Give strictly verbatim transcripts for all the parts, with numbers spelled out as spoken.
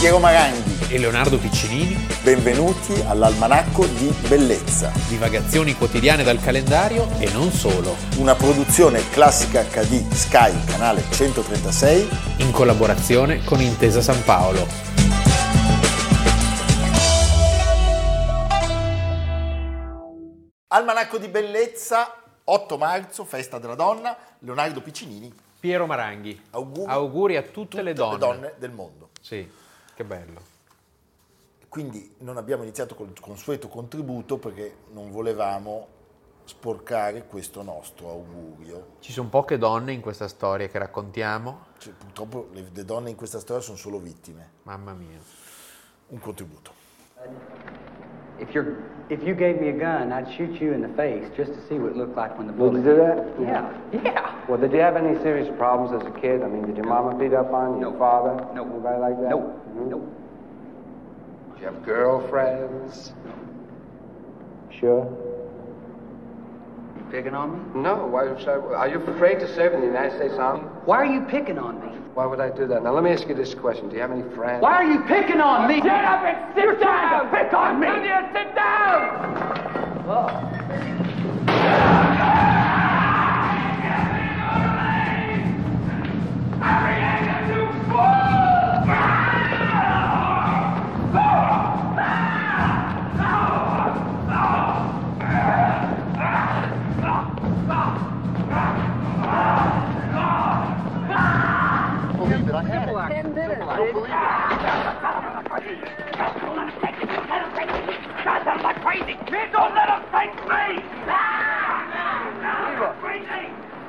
Piero Maranghi e Leonardo Piccinini. Benvenuti all'Almanacco di Bellezza. Divagazioni quotidiane dal calendario e non solo. Una produzione Classica acca di Sky, canale centotrentasei, in collaborazione con Intesa San Paolo. Almanacco di Bellezza, otto marzo, festa della donna. Leonardo Piccinini. Piero Maranghi. Auguri, Auguri a tutte, tutte le donne. le donne del mondo. Sì, che bello. Quindi non abbiamo iniziato col consueto contributo perché non volevamo sporcare questo nostro augurio. Ci sono poche donne in questa storia che raccontiamo. Cioè, purtroppo le, le donne in questa storia sono solo vittime. Mamma mia. Un contributo. If you're, if you gave me a gun, I'd shoot you in the face just to see what it looked like when the Would bullet. you do that? Yeah, yeah. Well, did you have any serious problems as a kid? I mean, did your mama beat up on you? No. Your father? No. Anybody like that? Nope. Mhm. Nope. Did you have girlfriends? Sure? You picking on me? No. Why should I? Are you afraid to serve in the United States Army? Why are you picking on me? Why would I do that? Now, let me ask you this question. Do you have any friends? Why are you picking on me? Get up and sit You're down! Pick on me! Sit down! Believe it, I had it. Ten minutes. I don't believe it. Crazy! Don't let him take me! Crazy!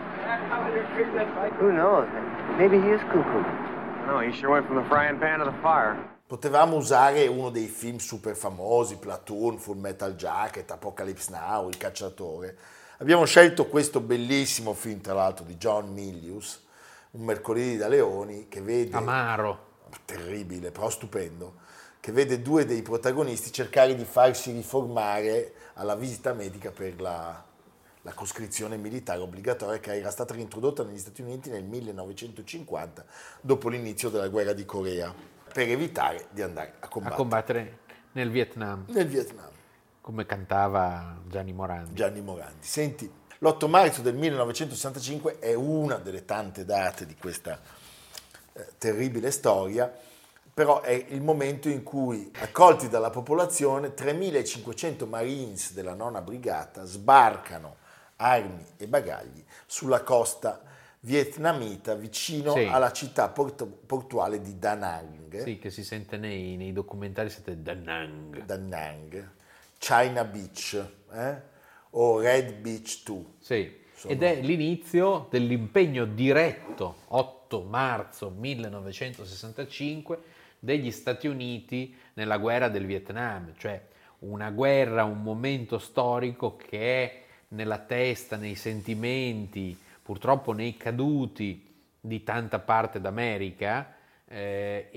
Who knows? Maybe he is cuckoo. No, he sure went from the frying pan to the fire. Potevamo usare uno dei film super famosi, Platoon, Full Metal Jacket, Apocalypse Now, Il cacciatore. Abbiamo scelto questo bellissimo film, tra l'altro, di John Milius, Un mercoledì da leoni, che vede... Amaro. Terribile, però stupendo, che vede due dei protagonisti cercare di farsi riformare alla visita medica per la, la coscrizione militare obbligatoria che era stata reintrodotta negli Stati Uniti nel millenovecentocinquanta, dopo l'inizio della guerra di Corea, per evitare di andare a combattere, A combattere nel Vietnam, nel Vietnam. come cantava Gianni Morandi. Gianni Morandi. Senti, l'otto marzo del millenovecentosessantacinque è una delle tante date di questa eh, terribile storia, però è il momento in cui, accolti dalla popolazione, tremilacinquecento Marines della nona brigata sbarcano armi e bagagli sulla costa vietnamita vicino Sì. alla città port- portuale di Da Nang. Sì, che si sente nei, nei documentari, siete Da Nang. Da Nang, China Beach, eh? o Red Beach due. Sì. Insomma. Ed è l'inizio dell'impegno diretto, otto marzo millenovecentosessantacinque, degli Stati Uniti nella guerra del Vietnam, cioè una guerra, un momento storico che è nella testa, nei sentimenti, purtroppo nei caduti di tanta parte d'America, eh,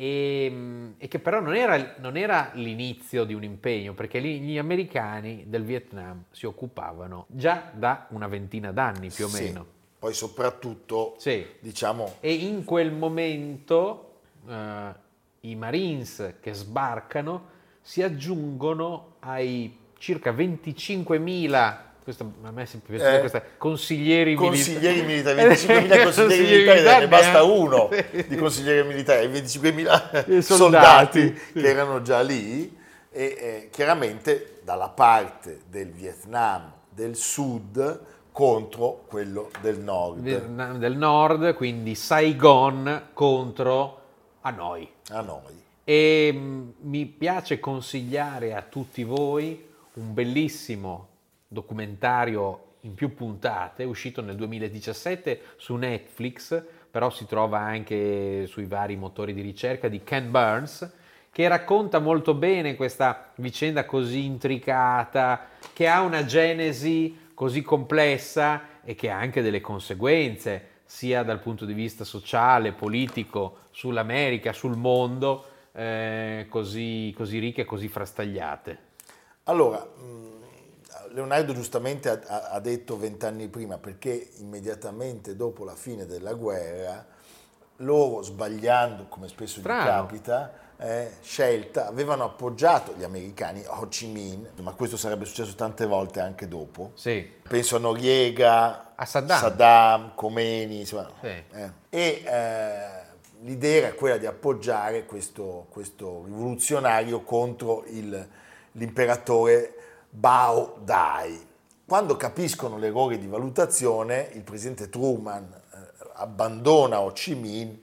e, e che però non era, non era l'inizio di un impegno, perché gli, gli americani del Vietnam si occupavano già da una ventina d'anni più o Sì. meno. Poi soprattutto, Sì. diciamo, E in quel momento eh, i Marines che sbarcano si aggiungono ai circa venticinquemila, questo, a me è sempre piaciuta Eh, questa, consiglieri, consiglieri milita- militari, venticinquemila consiglieri militari, ne basta uno Sì. di consiglieri militari, i venticinquemila I soldati, soldati, sì. che erano già lì, e eh, chiaramente dalla parte del Vietnam del sud contro quello del nord, Vietnam del nord, quindi Saigon contro Hanoi. a noi. E mh, mi piace consigliare a tutti voi un bellissimo documentario in più puntate, uscito nel duemiladiciassette su Netflix, però si trova anche sui vari motori di ricerca, di Ken Burns, che racconta molto bene questa vicenda così intricata, che ha una genesi così complessa e che ha anche delle conseguenze, sia dal punto di vista sociale, politico, sull'America, sul mondo, eh, così, così ricche e così frastagliate. Allora, Leonardo giustamente ha, ha detto vent'anni prima, perché immediatamente dopo la fine della guerra, loro sbagliando, come spesso gli Strano. capita, eh, scelta avevano appoggiato gli americani Ho Chi Minh, ma questo sarebbe successo tante volte anche dopo. Sì. Penso a Noriega, A Saddam. Saddam, Khomeini, insomma. Sì. Eh. E eh, l'idea era quella di appoggiare questo, questo rivoluzionario contro il, l'imperatore Bao Dai. Quando capiscono l'errore di valutazione, il presidente Truman eh, abbandona Ho Chi Minh,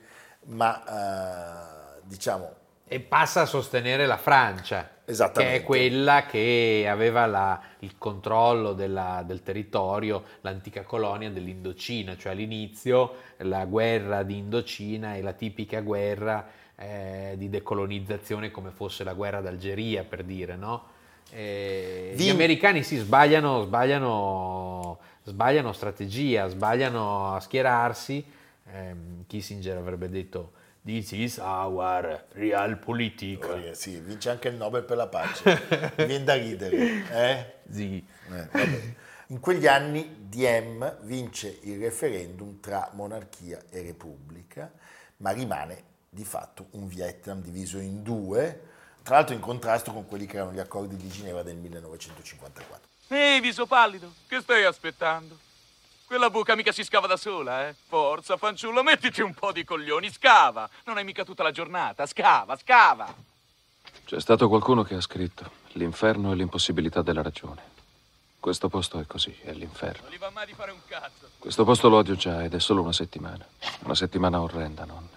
ma eh, diciamo... E passa a sostenere la Francia, Esattamente. che è quella che aveva la, il controllo della, del territorio, l'antica colonia dell'Indocina, cioè all'inizio la guerra di Indocina è la tipica guerra eh, di decolonizzazione come fosse la guerra d'Algeria, per dire, no? Eh, gli americani si sbagliano, sbagliano, sbagliano strategia, sbagliano a schierarsi. Eh, Kissinger avrebbe detto "This is our realpolitik". Oh, sì, vince anche il Nobel per la pace. Viene da ridere. Eh? Sì. Eh, vabbè. In quegli anni Diem vince il referendum tra monarchia e repubblica, ma rimane di fatto un Vietnam diviso in due, tra l'altro in contrasto con quelli che erano gli accordi di Ginevra del millenovecentocinquantaquattro. Ehi, viso pallido, che stai aspettando? Quella buca mica si scava da sola, eh? Forza, fanciullo, mettiti un po' di coglioni, scava! Non hai mica tutta la giornata, scava, scava! C'è stato qualcuno che ha scritto: l'inferno è l'impossibilità della ragione. Questo posto è così, è l'inferno. Non gli va mai di fare un cazzo. Questo posto lo odio già ed è solo una settimana. Una settimana orrenda, nonna.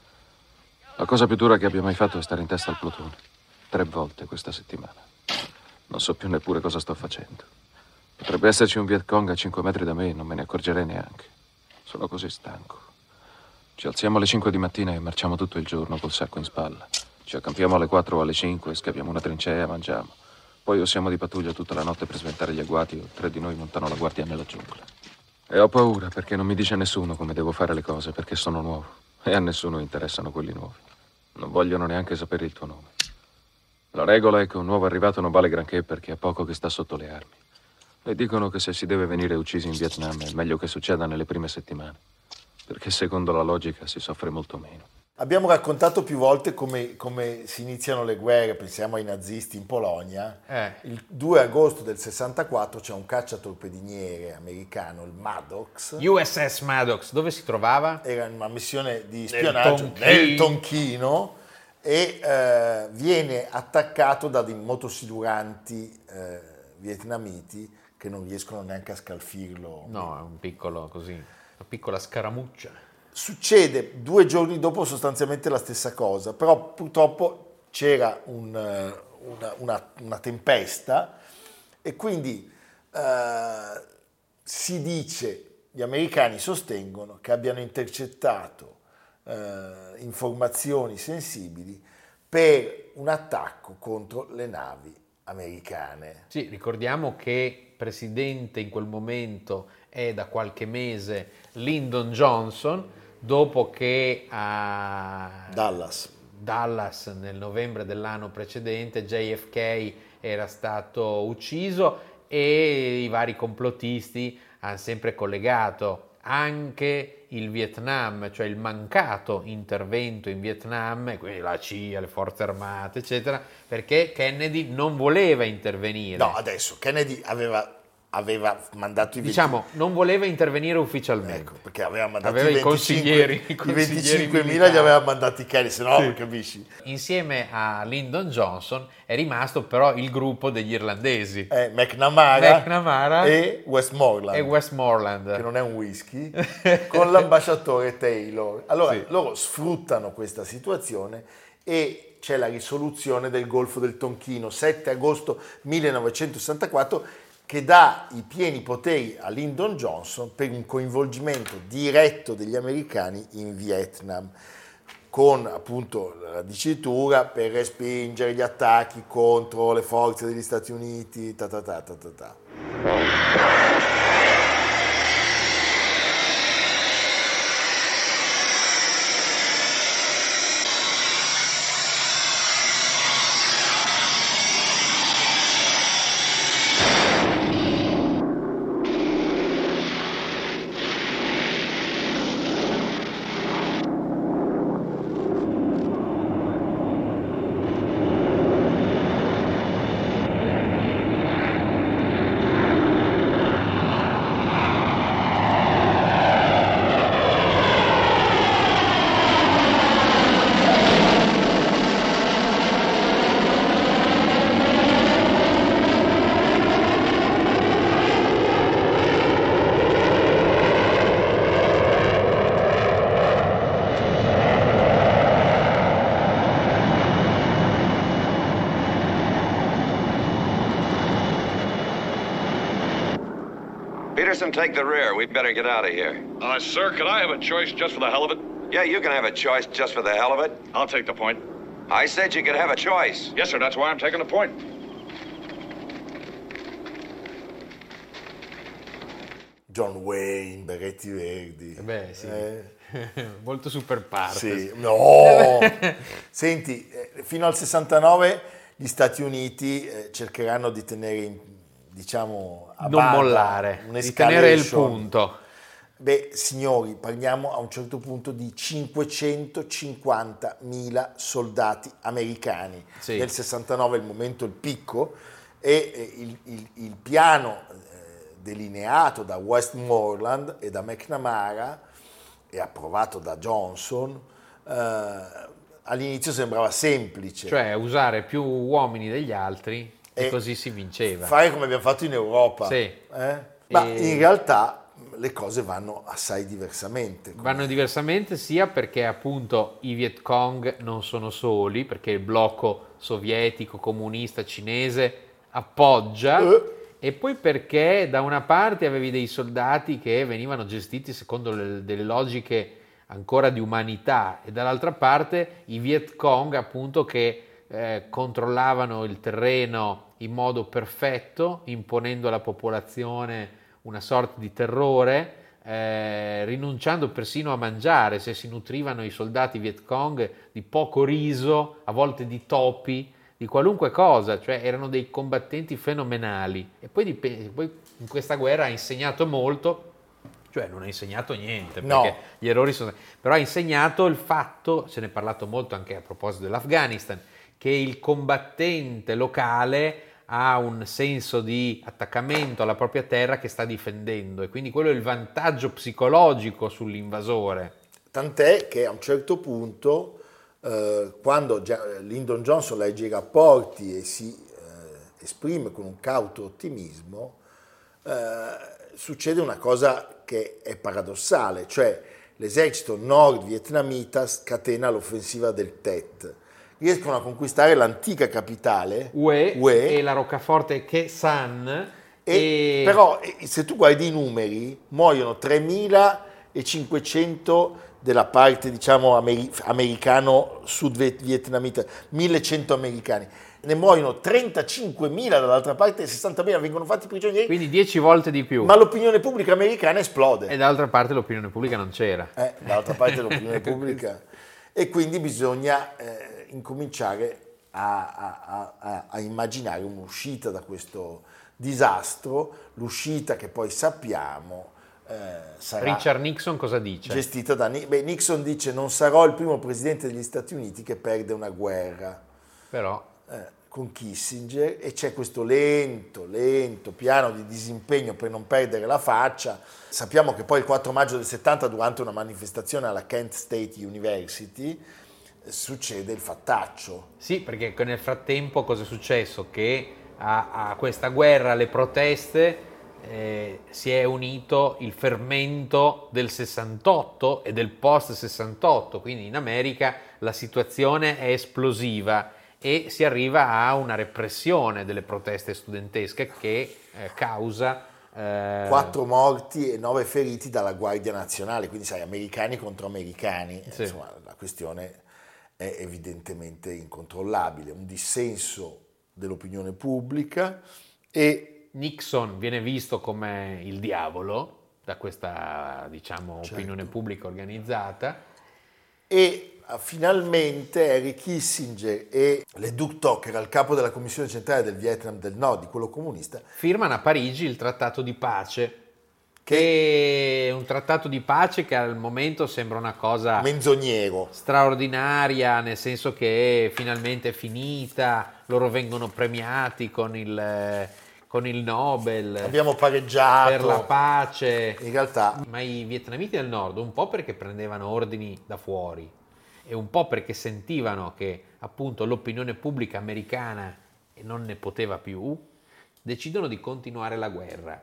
La cosa più dura che abbia mai fatto è stare in testa al plotone. Tre volte questa settimana. Non so più neppure cosa sto facendo. Potrebbe esserci un Viet Cong a cinque metri da me e non me ne accorgerei neanche. Sono così stanco. Ci alziamo alle cinque di mattina e marciamo tutto il giorno col sacco in spalla. Ci accampiamo alle quattro o alle cinque, scaviamo una trincea e mangiamo. Poi o siamo di pattuglia tutta la notte per sventare gli agguati o tre di noi montano la guardia nella giungla. E ho paura perché non mi dice nessuno come devo fare le cose, perché sono nuovo. E a nessuno interessano quelli nuovi. Non vogliono neanche sapere il tuo nome. La regola è che un nuovo arrivato non vale granché perché ha poco che sta sotto le armi. E dicono che se si deve venire uccisi in Vietnam è meglio che succeda nelle prime settimane, perché secondo la logica si soffre molto meno. Abbiamo raccontato più volte come, come si iniziano le guerre, pensiamo ai nazisti in Polonia. Eh. Il due agosto del sessantaquattro c'è un cacciatorpediniere americano, il Maddox. U S S Maddox, dove si trovava? Era in una missione di spionaggio Tonkin. nel Tonchino e eh, viene attaccato da dei motosiluranti eh, vietnamiti che non riescono neanche a scalfirlo. No, è un piccolo così, una piccola scaramuccia. Succede due giorni dopo sostanzialmente la stessa cosa, però purtroppo c'era un, una, una, una tempesta e quindi eh, si dice, gli americani sostengono che abbiano intercettato eh, informazioni sensibili per un attacco contro le navi americane. Sì, ricordiamo che presidente in quel momento è da qualche mese Lyndon Johnson, dopo che a Dallas. Dallas nel novembre dell'anno precedente J F K era stato ucciso e i vari complottisti hanno sempre collegato anche il Vietnam, cioè il mancato intervento in Vietnam, e quindi la C I A, le forze armate, eccetera, perché Kennedy non voleva intervenire. No, adesso Kennedy aveva, aveva mandato i Diciamo, non voleva intervenire ufficialmente. Ecco, perché aveva mandato Aveva i i consiglieri, i i consiglieri venticinquemila militari. li aveva mandati Kennedy, se no Sì. capisci. Insieme a Lyndon Johnson è rimasto però il gruppo degli irlandesi, Eh, McNamara, McNamara e Westmoreland, e Westmoreland. che non è un whisky, con l'ambasciatore Taylor. Allora, Sì. loro sfruttano questa situazione e c'è la risoluzione del Golfo del Tonchino, sette agosto millenovecentosessantaquattro, che dà i pieni poteri a Lyndon Johnson per un coinvolgimento diretto degli americani in Vietnam, con appunto la dicitura per respingere gli attacchi contro le forze degli Stati Uniti, ta ta ta ta ta ta. Pearson, take the rear. We'd better get out of here. Uh, sir, could I have a choice just for the hell of it? Yeah, you can have a choice just for the hell of it. I'll take the point. I said you could have a choice. Yes, sir, that's why I'm taking the point. John Wayne, berretti verdi. Beh, sì. Eh. Molto super partes. Sì, no! Senti, eh, fino al sessantanove gli Stati Uniti eh, cercheranno di tenere, in, diciamo, a non bada mollare, di tenere il punto. Beh, signori, parliamo a un certo punto di cinquecentocinquantamila soldati americani. Sì. Nel sessantanove è il momento, il picco, e eh, il, il, il piano eh, delineato da Westmoreland e da McNamara e approvato da Johnson, eh, all'inizio sembrava semplice. Cioè usare più uomini degli altri e, e così si vinceva. Fare come abbiamo fatto in Europa. Sì. Eh? Ma E... in realtà le cose vanno assai diversamente. Come... Vanno diversamente sia perché appunto i Viet Cong non sono soli, perché il blocco sovietico, comunista, cinese appoggia, eh. e poi perché da una parte avevi dei soldati che venivano gestiti secondo le, delle logiche ancora di umanità e dall'altra parte i Viet Cong appunto che eh, controllavano il terreno in modo perfetto, imponendo alla popolazione una sorta di terrore, eh, rinunciando persino a mangiare, se si nutrivano i soldati Viet Cong di poco riso, a volte di topi, di qualunque cosa, cioè erano dei combattenti fenomenali. E poi, dip- poi in questa guerra ha insegnato molto, cioè non ha insegnato niente, perché no. gli errori sono... però ha insegnato il fatto, se ne è parlato molto anche a proposito dell'Afghanistan, che il combattente locale ha un senso di attaccamento alla propria terra che sta difendendo, e quindi quello è il vantaggio psicologico sull'invasore. Tant'è che a un certo punto, eh, quando Lyndon Johnson legge i rapporti e si eh, esprime con un cauto ottimismo, eh, succede una cosa che è paradossale, cioè l'esercito nord-vietnamita scatena l'offensiva del Tet. Riescono a conquistare l'antica capitale Hue, Hue e la roccaforte Khe Sanh, e, e... però se tu guardi i numeri muoiono tremilacinquecento della parte diciamo ameri- americano sud-vietnamita, millecento americani, ne muoiono trentacinquemila dall'altra parte, sessantamila vengono fatti prigionieri, quindi dieci volte di più, ma l'opinione pubblica americana esplode e dall'altra parte l'opinione pubblica non c'era, eh, dall'altra parte l'opinione pubblica e quindi bisogna eh, incominciare a, a, a, a immaginare un'uscita da questo disastro, l'uscita che poi sappiamo eh, sarà Richard Nixon cosa dice? Gestita da Beh, Nixon dice: non sarò il primo presidente degli Stati Uniti che perde una guerra. Però eh, con Kissinger, e c'è questo lento, lento piano di disimpegno per non perdere la faccia. Sappiamo che poi il quattro maggio del settanta, durante una manifestazione alla Kent State University, succede il fattaccio. Sì, perché nel frattempo cosa è successo? Che a, a questa guerra, alle proteste, eh, si è unito il fermento del sessantotto e del post sessantotto, quindi in America la situazione è esplosiva e si arriva a una repressione delle proteste studentesche che eh, causa eh... quattro morti e nove feriti dalla Guardia Nazionale, quindi sai, americani contro americani, sì. Insomma la questione è evidentemente incontrollabile, un dissenso dell'opinione pubblica, e Nixon viene visto come il diavolo da questa, diciamo, certo. opinione pubblica organizzata, e finalmente Henry Kissinger e Le Duc Tho, che era il capo della commissione centrale del Vietnam del Nord, di quello comunista, firmano a Parigi il trattato di pace, che è un trattato di pace che al momento sembra una cosa menzognero, straordinaria, nel senso che finalmente è finita, loro vengono premiati con il, con il Nobel, abbiamo pareggiato per la pace. In realtà, ma i vietnamiti del nord, un po' perché prendevano ordini da fuori e un po' perché sentivano che appunto l'opinione pubblica americana non ne poteva più, decidono di continuare la guerra.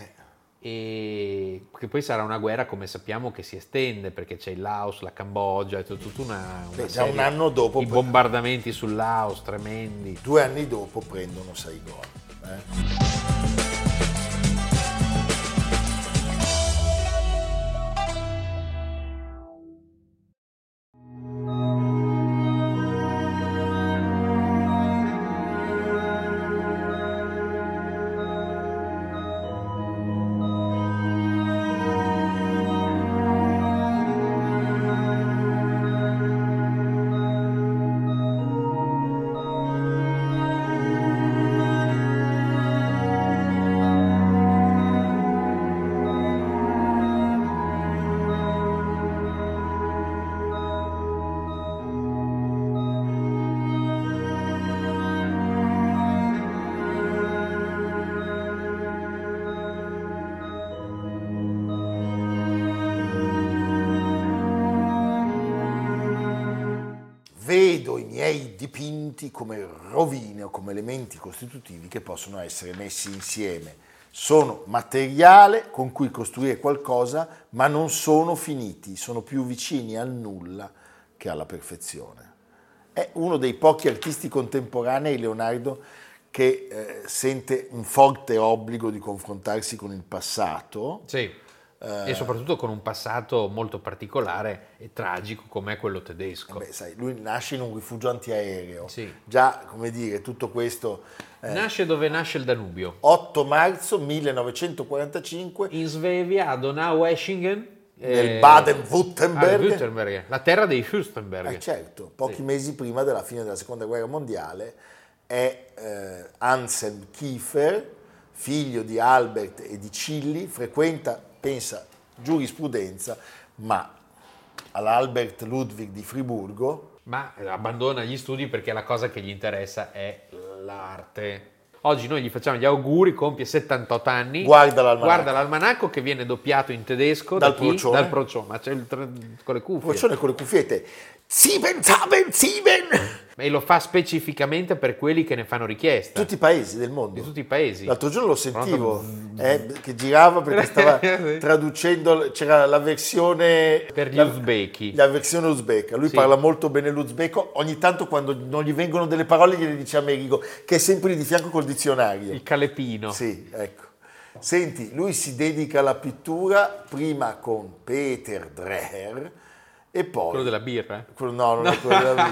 E che poi sarà una guerra, come sappiamo, che si estende, perché c'è il Laos, la Cambogia, è tutta una, una Beh, già un anno dopo i bombardamenti sul Laos tremendi. Due anni dopo prendono Saigon. Eh? miei dipinti come rovine o come elementi costitutivi che possono essere messi insieme. Sono materiale con cui costruire qualcosa, ma non sono finiti, sono più vicini al nulla che alla perfezione. È uno dei pochi artisti contemporanei, Leonardo, che eh, sente un forte obbligo di confrontarsi con il passato. Sì. E soprattutto con un passato molto particolare e tragico come è quello tedesco. Eh beh, sai, lui nasce in un rifugio antiaereo. Sì. Già, come dire, tutto questo... Eh, nasce dove nasce il Danubio. otto marzo millenovecentoquarantacinque. In Svevia, a Donau-Eschingen. Nel eh, Baden-Württemberg. Württemberg, la terra dei Fürstenberg. Eh, certo, pochi Sì. mesi prima della fine della Seconda Guerra Mondiale è eh, Anselm Kiefer, figlio di Albert e di Cilli, frequenta, pensa, giurisprudenza, ma all'Albert Ludwig di Friburgo. Ma abbandona gli studi perché la cosa che gli interessa è l'arte. Oggi noi gli facciamo gli auguri, compie settantotto anni. Guarda l'almanacco. Guarda l'almanacco che viene doppiato in tedesco Dal da chi? Procione. Dal Procione, ma c'è il tra- con le cuffie. Procione con le cuffiette. Sieben, Saben, Sieben! E lo fa specificamente per quelli che ne fanno richiesta. Tutti i paesi del mondo. Di tutti i paesi. L'altro giorno lo sentivo, eh, che girava perché stava traducendo, c'era la versione... Per gli la, uzbeki. La versione uzbeka. Lui Sì. parla molto bene l'uzbeko, ogni tanto quando non gli vengono delle parole gliele dice Amerigo, che è sempre lì di fianco col dizionario. Il calepino. Sì, ecco. Senti, lui si dedica alla pittura prima con Peter Dreher e poi... Quello della birra? Quello, no, non no. è quello della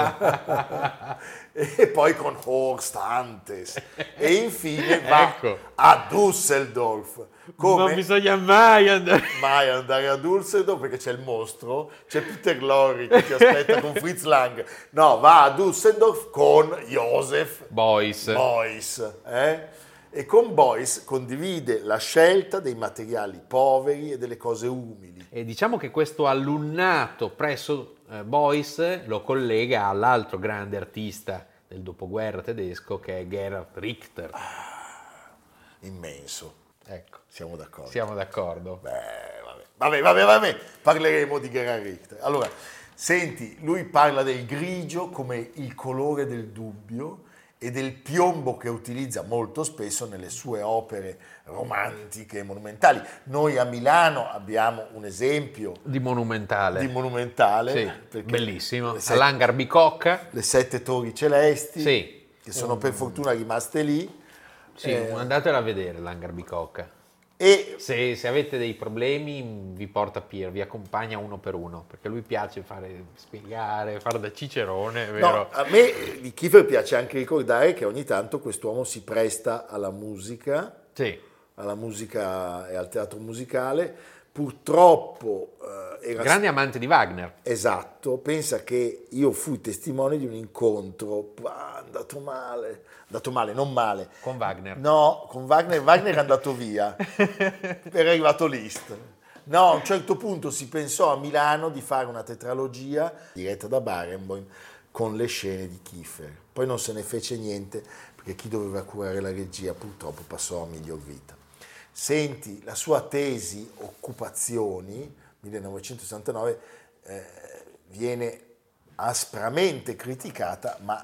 birra. E poi con Horst Antes. E infine va Ecco. a Düsseldorf. Come? Non bisogna mai andare... Mai andare a Düsseldorf perché c'è il mostro, c'è Peter Lorre che ti aspetta con Fritz Lang. No, va a Düsseldorf con Joseph Beuys. Beuys, eh? E con Beuys condivide la scelta dei materiali poveri e delle cose umili. E diciamo che questo alunnato presso eh, Beuys lo collega all'altro grande artista del dopoguerra tedesco che è Gerhard Richter. Ah, immenso. Ecco. Siamo d'accordo. Siamo d'accordo. Beh, vabbè, vabbè, vabbè, vabbè. Parleremo di Gerhard Richter. Allora, senti, lui parla del grigio come il colore del dubbio e del piombo che utilizza molto spesso nelle sue opere romantiche e monumentali. Noi a Milano abbiamo un esempio Di monumentale. di monumentale, Sì, perché bellissimo. le sette, All'Hangar Bicocca. le sette torri celesti, Sì. che sono per fortuna rimaste lì. Sì, Eh, andatela a vedere l'Hangar Bicocca. E Se, se avete dei problemi vi porta Pier, vi accompagna uno per uno, perché lui piace fare, spiegare, fare da cicerone, è vero? no, a me di Kiefer piace anche ricordare che ogni tanto quest'uomo si presta alla musica, Sì. alla musica e al teatro musicale. Purtroppo eh, era Grande amante di Wagner. esatto, pensa che io fui testimone di un incontro, ah, andato male, andato male, non male. Con Wagner. No, con Wagner, Wagner è andato via, era arrivato Liszt. No, a un certo punto si pensò a Milano di fare una tetralogia diretta da Barenboim con le scene di Kiefer. Poi non se ne fece niente perché chi doveva curare la regia purtroppo passò a miglior vita. Senti, la sua tesi Occupazioni, millenovecentosessantanove, eh, viene aspramente criticata, ma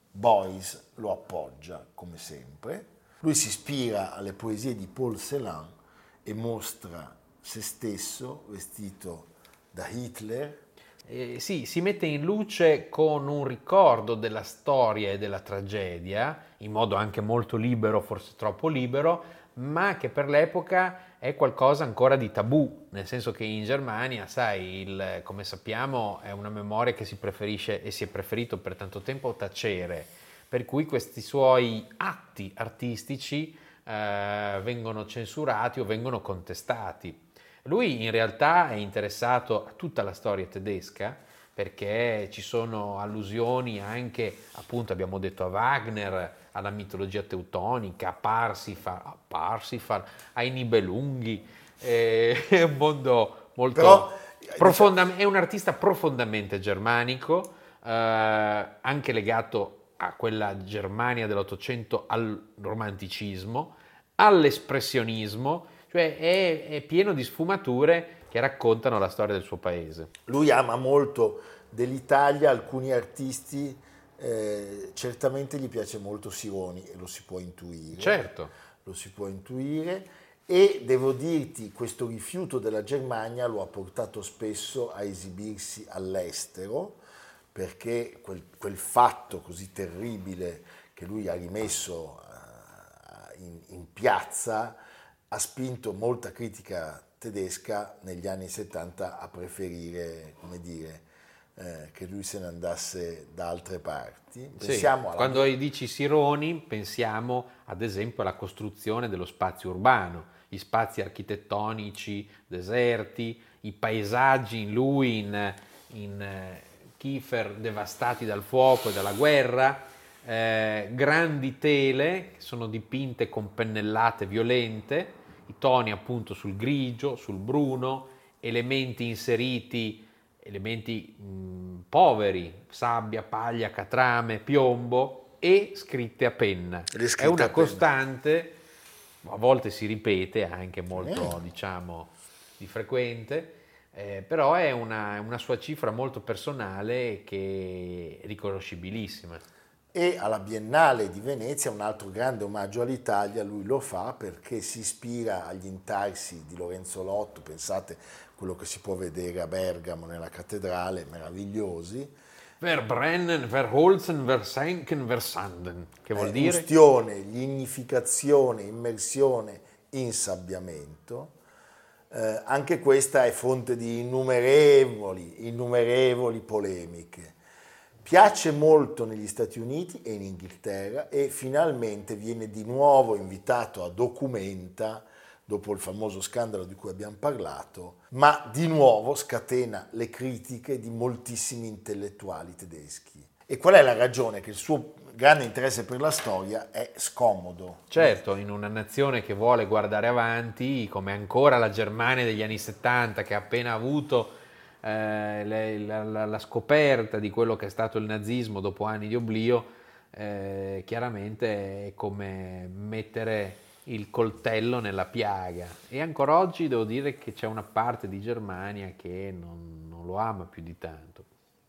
Beuys lo appoggia come sempre. Lui si ispira alle poesie di Paul Celan e mostra se stesso vestito da Hitler. Eh, sì, si mette in luce con un ricordo della storia e della tragedia, in modo anche molto libero, forse troppo libero, ma che per l'epoca è qualcosa ancora di tabù, nel senso che in Germania, sai, il, come sappiamo, è una memoria che si preferisce e si è preferito per tanto tempo tacere, per cui questi suoi atti artistici eh, vengono censurati o vengono contestati. Lui in realtà è interessato a tutta la storia tedesca, perché ci sono allusioni anche, appunto abbiamo detto, a Wagner, alla mitologia teutonica, a Parsifal, a Parsifal, ai Nibelunghi. Eh, è un mondo molto... Però, profonda- è un artista profondamente germanico, eh, anche legato a quella Germania dell'Ottocento, al romanticismo, all'espressionismo, cioè è, è pieno di sfumature che raccontano la storia del suo paese. Lui ama molto dell'Italia alcuni artisti eh, certamente gli piace molto Sironi e lo si può intuire. Certo. Lo si può intuire e devo dirti, questo rifiuto della Germania lo ha portato spesso a esibirsi all'estero, perché quel, quel fatto così terribile che lui ha rimesso uh, in, in piazza ha spinto molta critica tedesca negli anni settanta a preferire, come dire, eh, che lui se ne andasse da altre parti. Pensiamo sì, alla... Quando dici Sironi pensiamo ad esempio alla costruzione dello spazio urbano, gli spazi architettonici deserti, i paesaggi in lui in, in Kiefer devastati dal fuoco e dalla guerra, eh, grandi tele che sono dipinte con pennellate violente, i toni appunto sul grigio, sul bruno, elementi inseriti, elementi mh, poveri, sabbia, paglia, catrame, piombo e scritte a penna. Scritte È una a costante, a volte si ripete anche molto, eh. diciamo, di frequente, eh, però è una, una sua cifra molto personale che è riconoscibilissima. E alla Biennale di Venezia un altro grande omaggio all'Italia lui lo fa perché si ispira agli intarsi di Lorenzo Lotto, pensate quello che si può vedere a Bergamo nella cattedrale, meravigliosi. Verbrennen, verholzen, versenken, versanden, che vuol eh, dire? Ustione, lignificazione, immersione, insabbiamento. Eh, anche questa è fonte di innumerevoli, innumerevoli polemiche. Piace molto negli Stati Uniti e in Inghilterra e finalmente viene di nuovo invitato a Documenta, dopo il famoso scandalo di cui abbiamo parlato, ma di nuovo scatena le critiche di moltissimi intellettuali tedeschi. E qual è la ragione? Che il suo grande interesse per la storia è scomodo. Certo, in una nazione che vuole guardare avanti, come ancora la Germania degli anni settanta, che ha appena avuto Eh, la, la, la scoperta di quello che è stato il nazismo dopo anni di oblio, eh, chiaramente è come mettere il coltello nella piaga, e ancora oggi devo dire che c'è una parte di Germania che non, non lo ama più di tanto.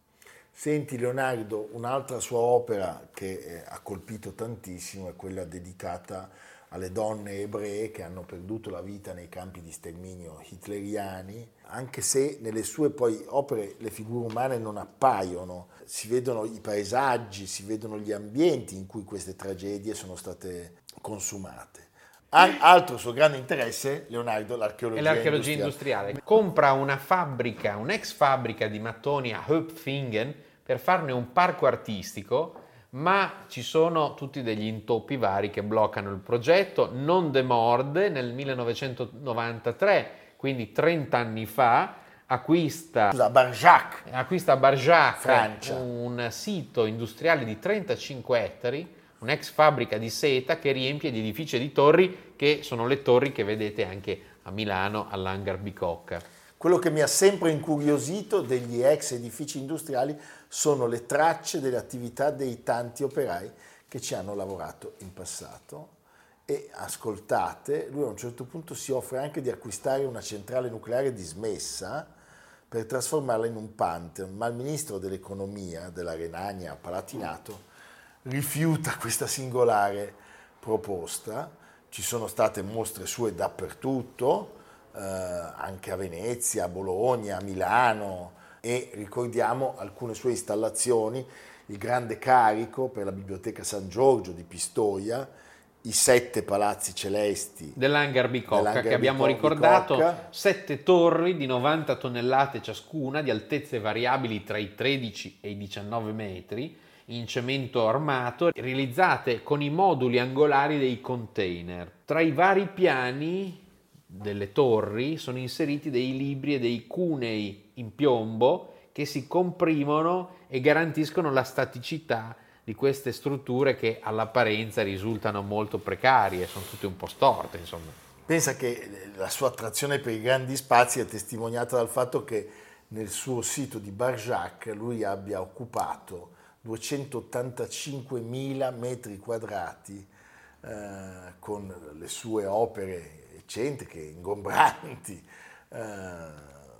Senti Leonardo, un'altra sua opera che eh, ha colpito tantissimo è quella dedicata alle donne ebree che hanno perduto la vita nei campi di sterminio hitleriani, anche se nelle sue poi opere le figure umane non appaiono, si vedono i paesaggi, si vedono gli ambienti in cui queste tragedie sono state consumate. Altro suo grande interesse, Leonardo, l'archeologia, e l'archeologia industriale. industriale. Compra una fabbrica, un'ex fabbrica di mattoni a Höpfingen per farne un parco artistico, ma ci sono tutti degli intoppi vari che bloccano il progetto. Non demorde, nel millenovecentonovantatré, quindi trenta anni fa, acquista, Scusa, Barjac, acquista a Barjac, Francia, un sito industriale di trentacinque ettari, un'ex fabbrica di seta che riempie di edifici e di torri, che sono le torri che vedete anche a Milano all'Hangar Bicocca. Quello che mi ha sempre incuriosito degli ex edifici industriali sono le tracce delle attività dei tanti operai che ci hanno lavorato in passato. E ascoltate, lui a un certo punto si offre anche di acquistare una centrale nucleare dismessa per trasformarla in un Pantheon, ma il ministro dell'economia della Renania Palatinato rifiuta questa singolare proposta. Ci sono state mostre sue dappertutto, eh, anche a Venezia, a Bologna, a Milano, e ricordiamo alcune sue installazioni, il grande carico per la Biblioteca San Giorgio di Pistoia, i sette palazzi celesti dell'Hangar Bicocca, dell'Hangar che abbiamo Bicocca. ricordato, sette torri di novanta tonnellate ciascuna, di altezze variabili tra i tredici e i diciannove metri, in cemento armato, realizzate con i moduli angolari dei container. Tra i vari piani delle torri sono inseriti dei libri e dei cunei in piombo che si comprimono e garantiscono la staticità di queste strutture che all'apparenza risultano molto precarie, sono tutte un po' storte, insomma. Pensa che la sua attrazione per i grandi spazi è testimoniata dal fatto che nel suo sito di Barjac lui abbia occupato duecentottantacinquemila metri quadrati eh, con le sue opere eccentriche, ingombranti, eh,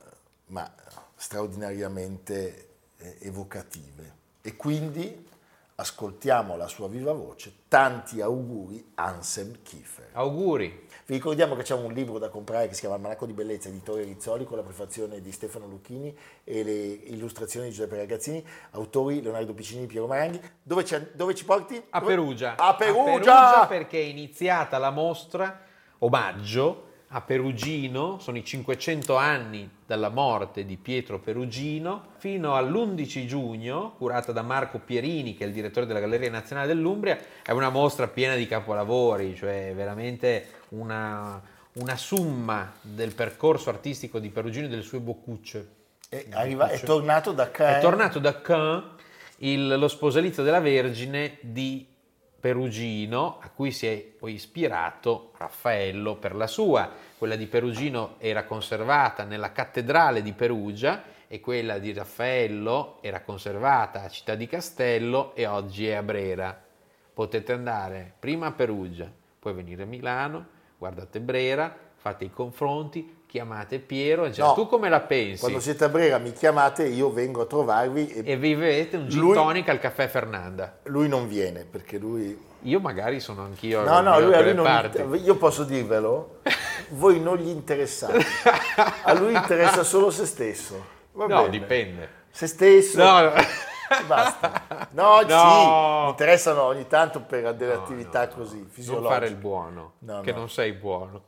ma straordinariamente eh, evocative. E quindi ascoltiamo la sua viva voce. Tanti auguri, Anselm Kiefer. Auguri. Vi ricordiamo che c'è un libro da comprare che si chiama Almanacco di Bellezza, editore Rizzoli, con la prefazione di Stefano Lucchini e le illustrazioni di Giuseppe Ragazzini, autori Leonardo Piccini e Piero Maranghi. Dove, dove ci porti? A Perugia. A Perugia! A Perugia, perché è iniziata la mostra omaggio a Perugino, sono i cinquecento anni dalla morte di Pietro Perugino, fino all'undici giugno, curata da Marco Pierini, che è il direttore della Galleria Nazionale dell'Umbria. È una mostra piena di capolavori, cioè veramente una, una summa del percorso artistico di Perugino e delle sue boccucce. È, arriva, è tornato da Caen. È tornato da Caen il, lo sposalizio della Vergine di Perugino, a cui si è poi ispirato Raffaello per la sua. Quella di Perugino era conservata nella cattedrale di Perugia e quella di Raffaello era conservata a Città di Castello e oggi è a Brera. Potete andare prima a Perugia, poi venire a Milano, guardate Brera, fate i confronti, chiamate Piero e cioè, no, tu come la pensi? Quando siete a Brera mi chiamate, io vengo a trovarvi e, e vi bevete un gin lui, tonic al caffè Fernanda. Lui non viene perché lui... Io magari sono anch'io no, no, lui, a lui non parti. Gli, io posso dirvelo, voi non gli interessate, a lui interessa solo se stesso. Va no, bene. Dipende. Se stesso. No, no. Basta. No, no. Sì, mi interessano ogni tanto per delle no, attività no, così, no. fisiologiche. Non fare il buono, no, che no. non sei buono.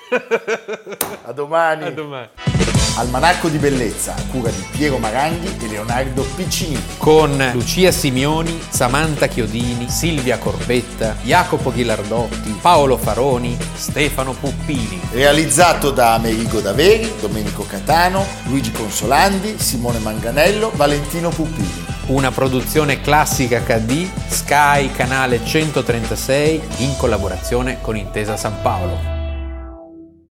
A domani. A domani. Almanacco di Bellezza, a cura di Piero Maranghi e Leonardo Piccini. Con Lucia Simioni, Samantha Chiodini, Silvia Corbetta, Jacopo Ghilardotti, Paolo Faroni, Stefano Puppini. Realizzato da Amerigo Daveri, Domenico Catano, Luigi Consolandi, Simone Manganello, Valentino Puppini. Una produzione Classica acca di, Sky canale centotrentasei, in collaborazione con Intesa San Paolo.